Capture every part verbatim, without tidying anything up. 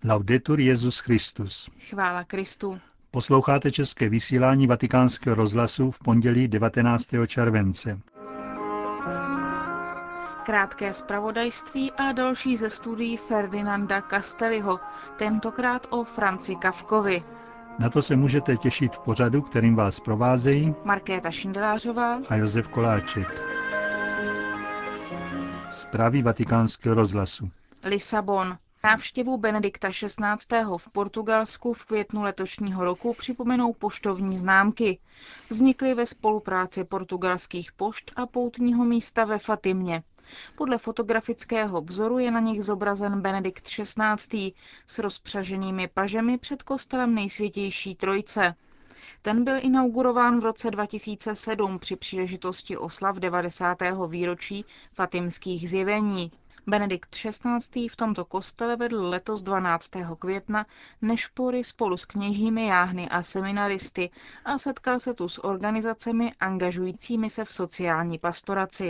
Laudetur Jesus Christus. Chvála Kristu. Posloucháte české vysílání Vatikánského rozhlasu v pondělí devatenáctého července. Krátké zpravodajství a další ze studií Ferdinanda Castelliho, tentokrát o Franzi Kafkovi. Na to se můžete těšit v pořadu, kterým vás provázejí Markéta Šindelářová a Josef Koláček. Zprávy Vatikánského rozhlasu. Lisabon. Návštěvu Benedikta šestnáctého v Portugalsku v květnu letošního roku připomenou poštovní známky. Vznikly ve spolupráci portugalských pošt a poutního místa ve Fatimě. Podle fotografického vzoru je na nich zobrazen Benedikt šestnáctý s rozpřaženými pažemi před kostelem Nejsvětější Trojice. Ten byl inaugurován v roce dva tisíce sedm při příležitosti oslav devadesátého výročí fatimských zjevení. Benedikt šestnáctý v tomto kostele vedl letos dvanáctého května nešpory spolu s kněžími jáhny a seminaristy a setkal se tu s organizacemi angažujícími se v sociální pastoraci.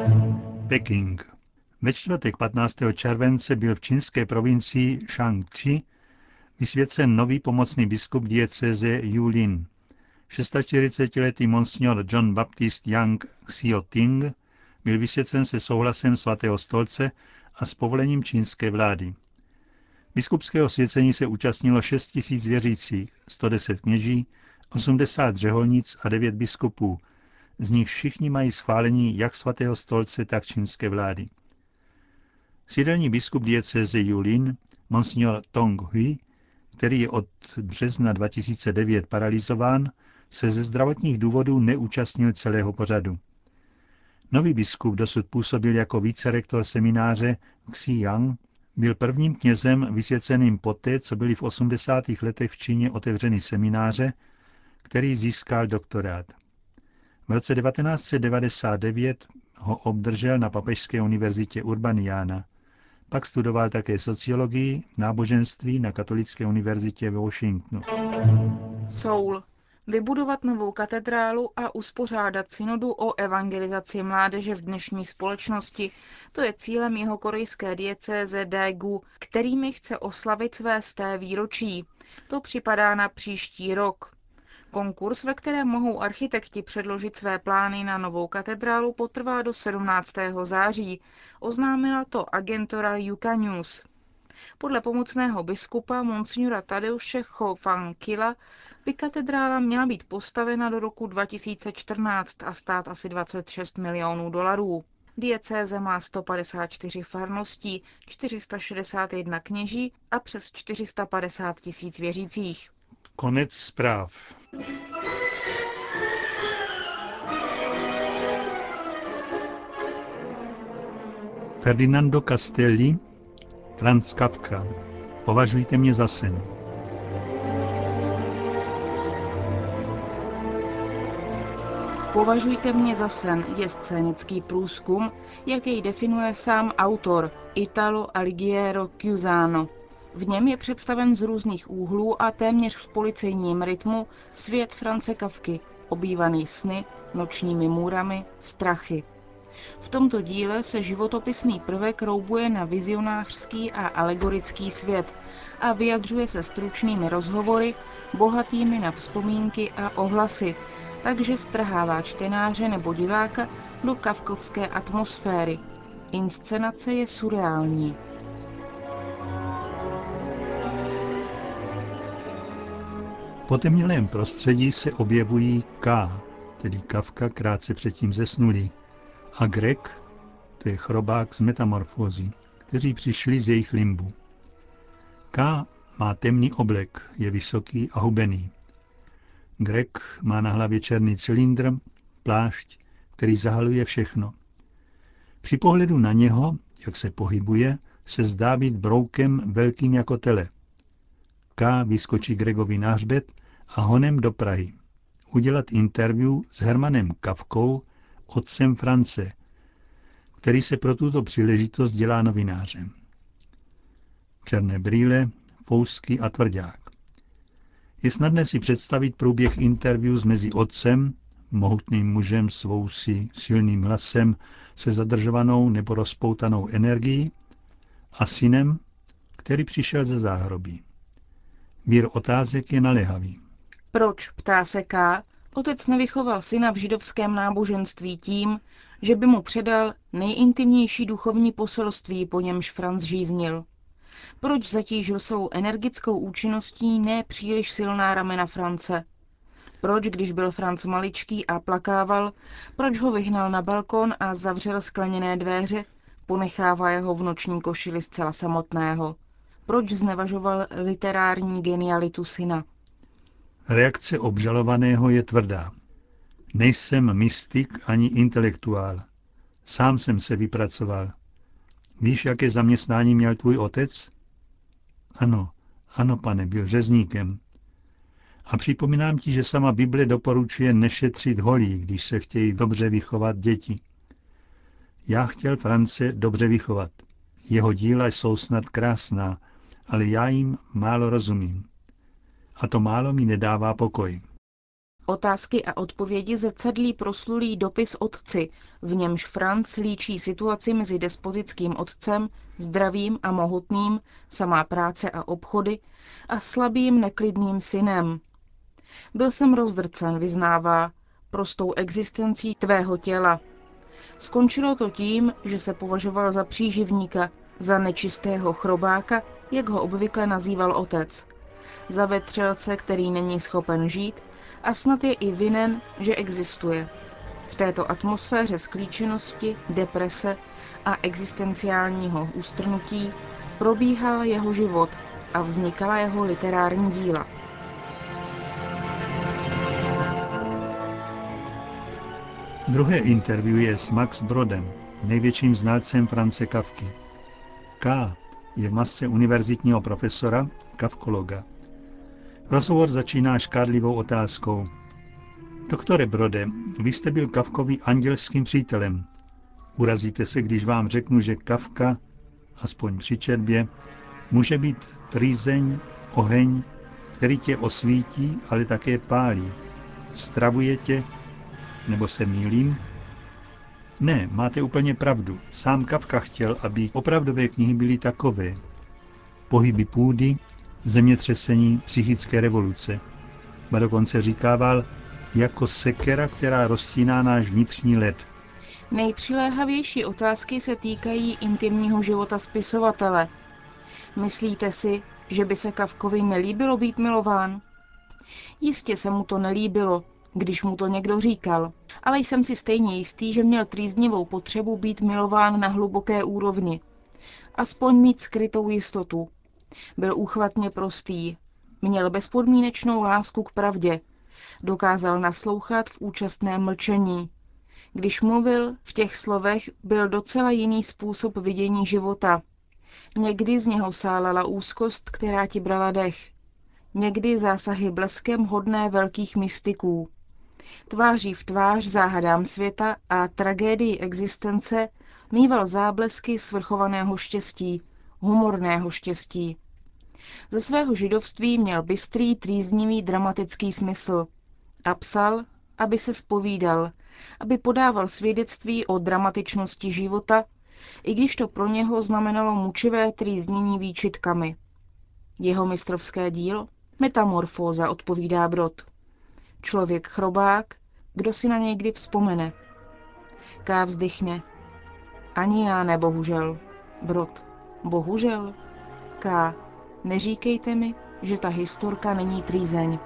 Peking. Ve čtvrtek patnáctého července byl v čínské provincii Shaanxi vysvěcen nový pomocný biskup diecéze Yulin. čtyřicetišestiletý monsignor John Baptist Yang Xiaoting byl vysvěcen se souhlasem svatého stolce a s povolením čínské vlády. Biskupského svěcení se účastnilo šest tisíc věřících, sto deset kněží, osmdesát řeholnic a devět biskupů, z nich všichni mají schválení jak svatého stolce, tak čínské vlády. Sídelní biskup diecéze Yulin, monsignor Tong Hui, který je od března dva tisíce devět paralyzován, se ze zdravotních důvodů neúčastnil celého pořadu. Nový biskup dosud působil jako vicerektor semináře Xi'an, byl prvním knězem vysvěceným poté, co byly v osmdesátých letech v Číně otevřeny semináře, který získal doktorát. V roce devatenáct set devadesát devět ho obdržel na Papežské univerzitě Urbaniana. Pak studoval také sociologii, náboženství na Katolické univerzitě ve Washingtonu. Soul. Vybudovat novou katedrálu a uspořádat synodu o evangelizaci mládeže v dnešní společnosti, to je cílem jeho korejské diecéze Daegu, kterými chce oslavit své sté výročí. To připadá na příští rok. Konkurs, ve kterém mohou architekti předložit své plány na novou katedrálu, potrvá do sedmnáctého září. Oznámila to agentura Yuka News. Podle pomocného biskupa monsignora Tadeuše Cho Van Kila by katedrála měla být postavena do roku dva tisíce čtrnáct a stát asi dvacet šest milionů dolarů. Diecéze má sto padesát čtyři farností, čtyři sta šedesát jedna kněží a přes čtyři sta padesát tisíc věřících. Konec zpráv. Ferdinando Castelli, Franz Kafka. Považujte mě za sen. Považujte mě za sen je scénický průzkum, jak jej definuje sám autor Italo Alighiero Chiusano. V něm je představen z různých úhlů a téměř v policejním rytmu svět Franze Kafky, obývaný sny, nočními můrami, strachy. V tomto díle se životopisný prvek roubuje na vizionářský a alegorický svět a vyjadřuje se stručnými rozhovory, bohatými na vzpomínky a ohlasy, takže strhává čtenáře nebo diváka do kafkovské atmosféry. Inscenace je surreální. V potemnělém prostředí se objevují K, tedy Kafka krátce předtím zesnulý, a Greg, to je chrobák z metamorfózy, kteří přišli z jejich limbu. K má temný oblek, je vysoký a hubený. Greg má na hlavě černý cylindr, plášť, který zahaluje všechno. Při pohledu na něho, jak se pohybuje, se zdá být broukem velkým jako tele. K vyskočí Gregovi na hřbet a honem do Prahy. Udělat interview s Hermanem Kafkou, otcem France, který se pro tuto příležitost dělá novinářem. Černé brýle, fousky a tvrdák. Je snadné si představit průběh interview mezi otcem, mohutným mužem s vousy, silným hlasem, se zadržovanou nebo rozpoutanou energií, a synem, který přišel ze záhrobí. Vír otázek je naléhavý. Proč, ptá se K., otec nevychoval syna v židovském náboženství tím, že by mu předal nejintimnější duchovní poselství, po němž Franz žíznil? Proč zatížil svou energickou účinností ne příliš silná ramena France? Proč, když byl Franz maličký a plakával, proč ho vyhnal na balkon a zavřel skleněné dveře, ponechává jeho v noční košili zcela samotného? Proč znevažoval literární genialitu syna? Reakce obžalovaného je tvrdá. Nejsem mystik ani intelektuál. Sám jsem se vypracoval. Víš, jaké zaměstnání měl tvůj otec? Ano, ano, pane, byl řezníkem. A připomínám ti, že sama Bible doporučuje nešetřit holí, když se chtějí dobře vychovat děti. Já chtěl France dobře vychovat. Jeho díla jsou snad krásná, ale já jim málo rozumím. A to málo mi nedává pokoj. Otázky a odpovědi zrcadlí proslulý dopis otci, v němž Franz líčí situaci mezi despotickým otcem, zdravým a mohutným, samá práce a obchody, a slabým neklidným synem. Byl jsem rozdrcen, vyznává, prostou existencí tvého těla. Skončilo to tím, že se považoval za příživníka, za nečistého chrobáka, jak ho obvykle nazýval otec. Za vetřelce, který není schopen žít a snad je i vinen, že existuje. V této atmosféře sklíčenosti, deprese a existenciálního ústrnutí probíhal jeho život a vznikala jeho literární díla. Druhé interview je s Max Brodem, největším znalcem Franze Kafky. K. je v masce univerzitního profesora, kafkologa. Rozhovor začíná škádlivou otázkou. Doktore Brode, vy jste byl Kafkovi andělským přítelem. Urazíte se, když vám řeknu, že Kafka, aspoň při četbě, může být trýzeň, oheň, který tě osvítí, ale také pálí. Stravuje tě, nebo se mýlím? Ne, máte úplně pravdu. Sám Kafka chtěl, aby opravdové knihy byly takové. Pohyby půdy, zemětřesení, psychické revoluce. Ba dokonce říkával, jako sekera, která roztíná náš vnitřní led. Nejpřiléhavější otázky se týkají intimního života spisovatele. Myslíte si, že by se Kafkovi nelíbilo být milován? Jistě se mu to nelíbilo, když mu to někdo říkal, ale jsem si stejně jistý, že měl trýznivou potřebu být milován na hluboké úrovni. Aspoň mít skrytou jistotu. Byl úchvatně prostý. Měl bezpodmínečnou lásku k pravdě. Dokázal naslouchat v účastném mlčení. Když mluvil, v těch slovech byl docela jiný způsob vidění života. Někdy z něho sálala úzkost, která ti brala dech. Někdy zásahy bleskem hodné velkých mystiků. Tváří v tvář záhadám světa a tragédii existence mýval záblesky svrchovaného štěstí, humorného štěstí. Ze svého židovství měl bystrý, trýznivý, dramatický smysl. A psal, aby se zpovídal, aby podával svědectví o dramatičnosti života, i když to pro něho znamenalo mučivé trýznění výčitkami. Jeho mistrovské dílo? Metamorfóza, odpovídá Brod. Člověk chrobák, kdo si na něj kdy vzpomene. Ká vzdychne. Ani já ne, bohužel. Brod. Bohužel? Ká. Neříkejte mi, že ta historka není trýzeň.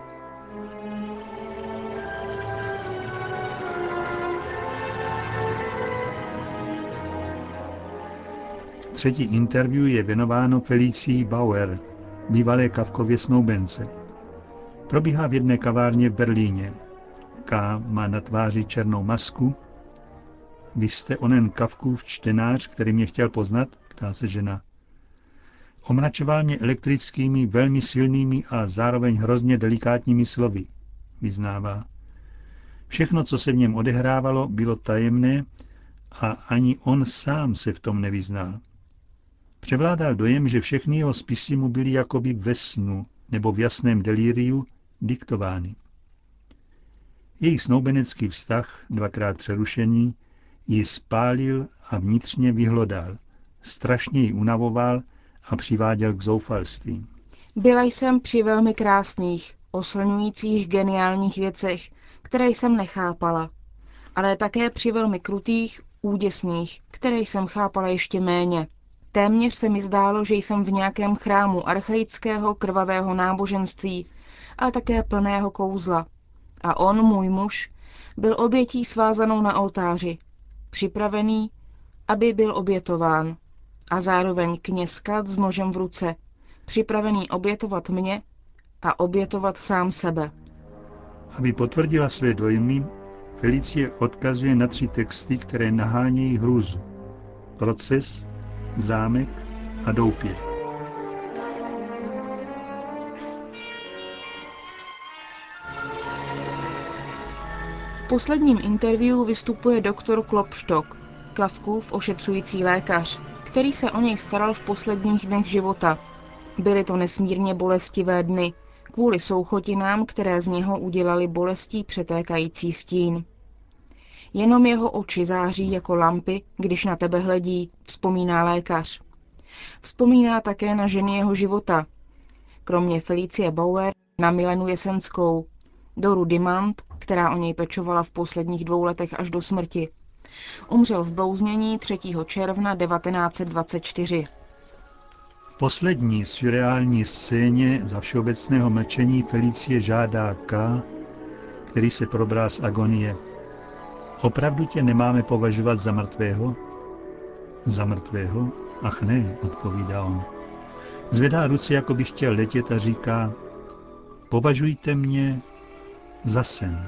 Třetí interview je věnováno Felicii Bauer, bývalé Kafkově snoubence. Probíhá v jedné kavárně v Berlíně. K. má na tváři černou masku. Vy jste onen Kafkův čtenář, který mě chtěl poznat? Ptá se žena. Omračoval mě elektrickými, velmi silnými a zároveň hrozně delikátními slovy, vyznává. Všechno, co se v něm odehrávalo, bylo tajemné a ani on sám se v tom nevyznal. Převládal dojem, že všechny jeho spisy mu byly jakoby ve snu nebo v jasném delíriu diktovány. Jejich snoubenecký vztah, dvakrát přerušený, ji spálil a vnitřně vyhlodal, strašně ji unavoval a přiváděl k zoufalství. Byla jsem při velmi krásných, oslňujících geniálních věcech, které jsem nechápala, ale také při velmi krutých, úděsných, které jsem chápala ještě méně. Téměř se mi zdálo, že jsem v nějakém chrámu archaického krvavého náboženství, ale také plného kouzla. A on, můj muž, byl obětí svázanou na oltáři, připravený, aby byl obětován, a zároveň knězkat s nožem v ruce, připravený obětovat mě a obětovat sám sebe. Aby potvrdila své dojmy, Felicie odkazuje na tři texty, které nahánějí hrůzu. Proces, zámek a doupě. V posledním interview vystupuje doktor Klopstock, Kafkův ošetřující lékař, který se o něj staral v posledních dnech života. Byly to nesmírně bolestivé dny, kvůli souchotinám, které z něho udělali bolestí přetékající stín. Jenom jeho oči září jako lampy, když na tebe hledí, vzpomíná lékař. Vzpomíná také na ženy jeho života. Kromě Felicie Bauer na Milenu Jesenskou, Doru Dimant, která o něj pečovala v posledních dvou letech až do smrti. Umřel v blouznění třetího června devatenáct set dvacet čtyři. V poslední surreální scéně za všeobecného mlčení Felicie žádá K., který se probrá z agonie. Opravdu tě nemáme považovat za mrtvého? Za mrtvého? Ach ne, odpovídá on. Zvedá ruce, jako by chtěl letět a říká, považujte mě za sen.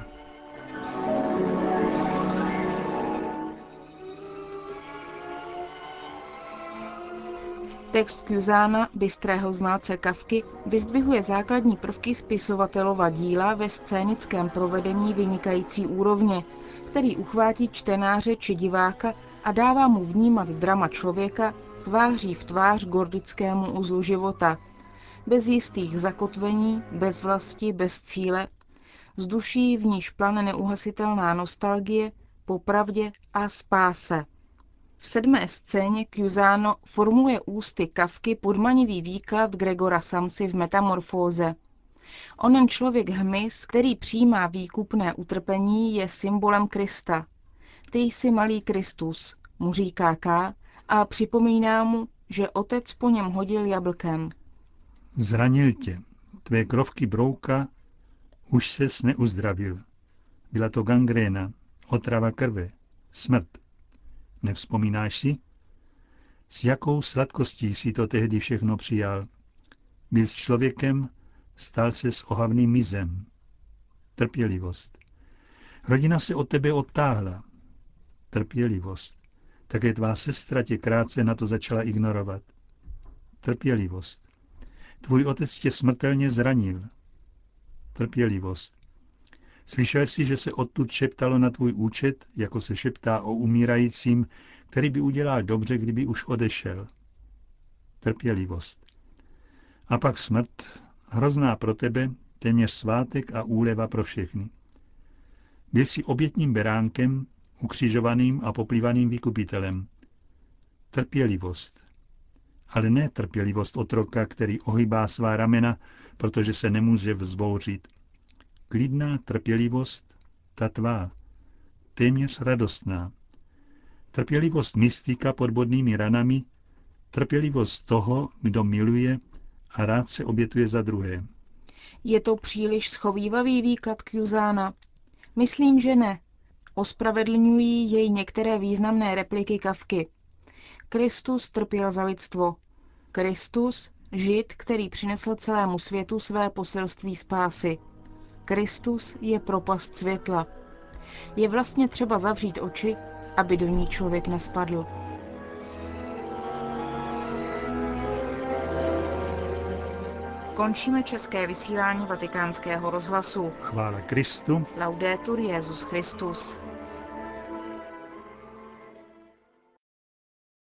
Text Cusána, bystrého znalce Kafky, vyzdvihuje základní prvky spisovatelova díla ve scénickém provedení vynikající úrovně, který uchvátí čtenáře či diváka a dává mu vnímat drama člověka tváří v tvář gordickému uzlu života, bez jistých zakotvení, bez vlasti, bez cíle, z duší, v níž plane neuhasitelná nostalgie po pravdě a spáse. V sedmé scéně Cusano formuluje ústy Kafky podmanivý výklad Gregora Samsy v Metamorfóze. Onen člověk hmyz, který přijímá výkupné utrpení, je symbolem Krista. Ty jsi malý Kristus, mu říká K. a připomíná mu, že otec po něm hodil jablkem. Zranil tě. Tvé krovky brouka už ses neuzdravil. Byla to gangréna, otrava krve, smrt. Nevzpomínáš si? S jakou sladkostí si to tehdy všechno přijal? Byl s člověkem, stal se s ohavným mizem. Trpělivost. Rodina se od tebe odtáhla. Trpělivost. Také tvá sestra tě krátce na to začala ignorovat. Trpělivost. Tvůj otec tě smrtelně zranil. Trpělivost. Slyšel jsi, že se odtud šeptalo na tvůj účet, jako se šeptá o umírajícím, který by udělal dobře, kdyby už odešel. Trpělivost. A pak smrt, hrozná pro tebe, téměř svátek a úleva pro všechny. Byl jsi obětním beránkem, ukřižovaným a poplývaným vykupitelem. Trpělivost. Ale ne trpělivost otroka, který ohýbá svá ramena, protože se nemůže vzbouřit. Klidná trpělivost, ta tvá, téměř radostná. Trpělivost mystika pod bodnými ranami, trpělivost toho, kdo miluje a rád se obětuje za druhé. Je to příliš schovívavý výklad Cusána? Myslím, že ne. Ospravedlňují jej některé významné repliky Kafky. Kristus trpěl za lidstvo. Kristus, Žid, který přinesl celému světu své poselství spásy. Kristus je propast světla. Je vlastně třeba zavřít oči, aby do ní člověk nespadl. Končíme české vysílání Vatikánského rozhlasu. Chvála Kristu. Laudetur Jesus Christus.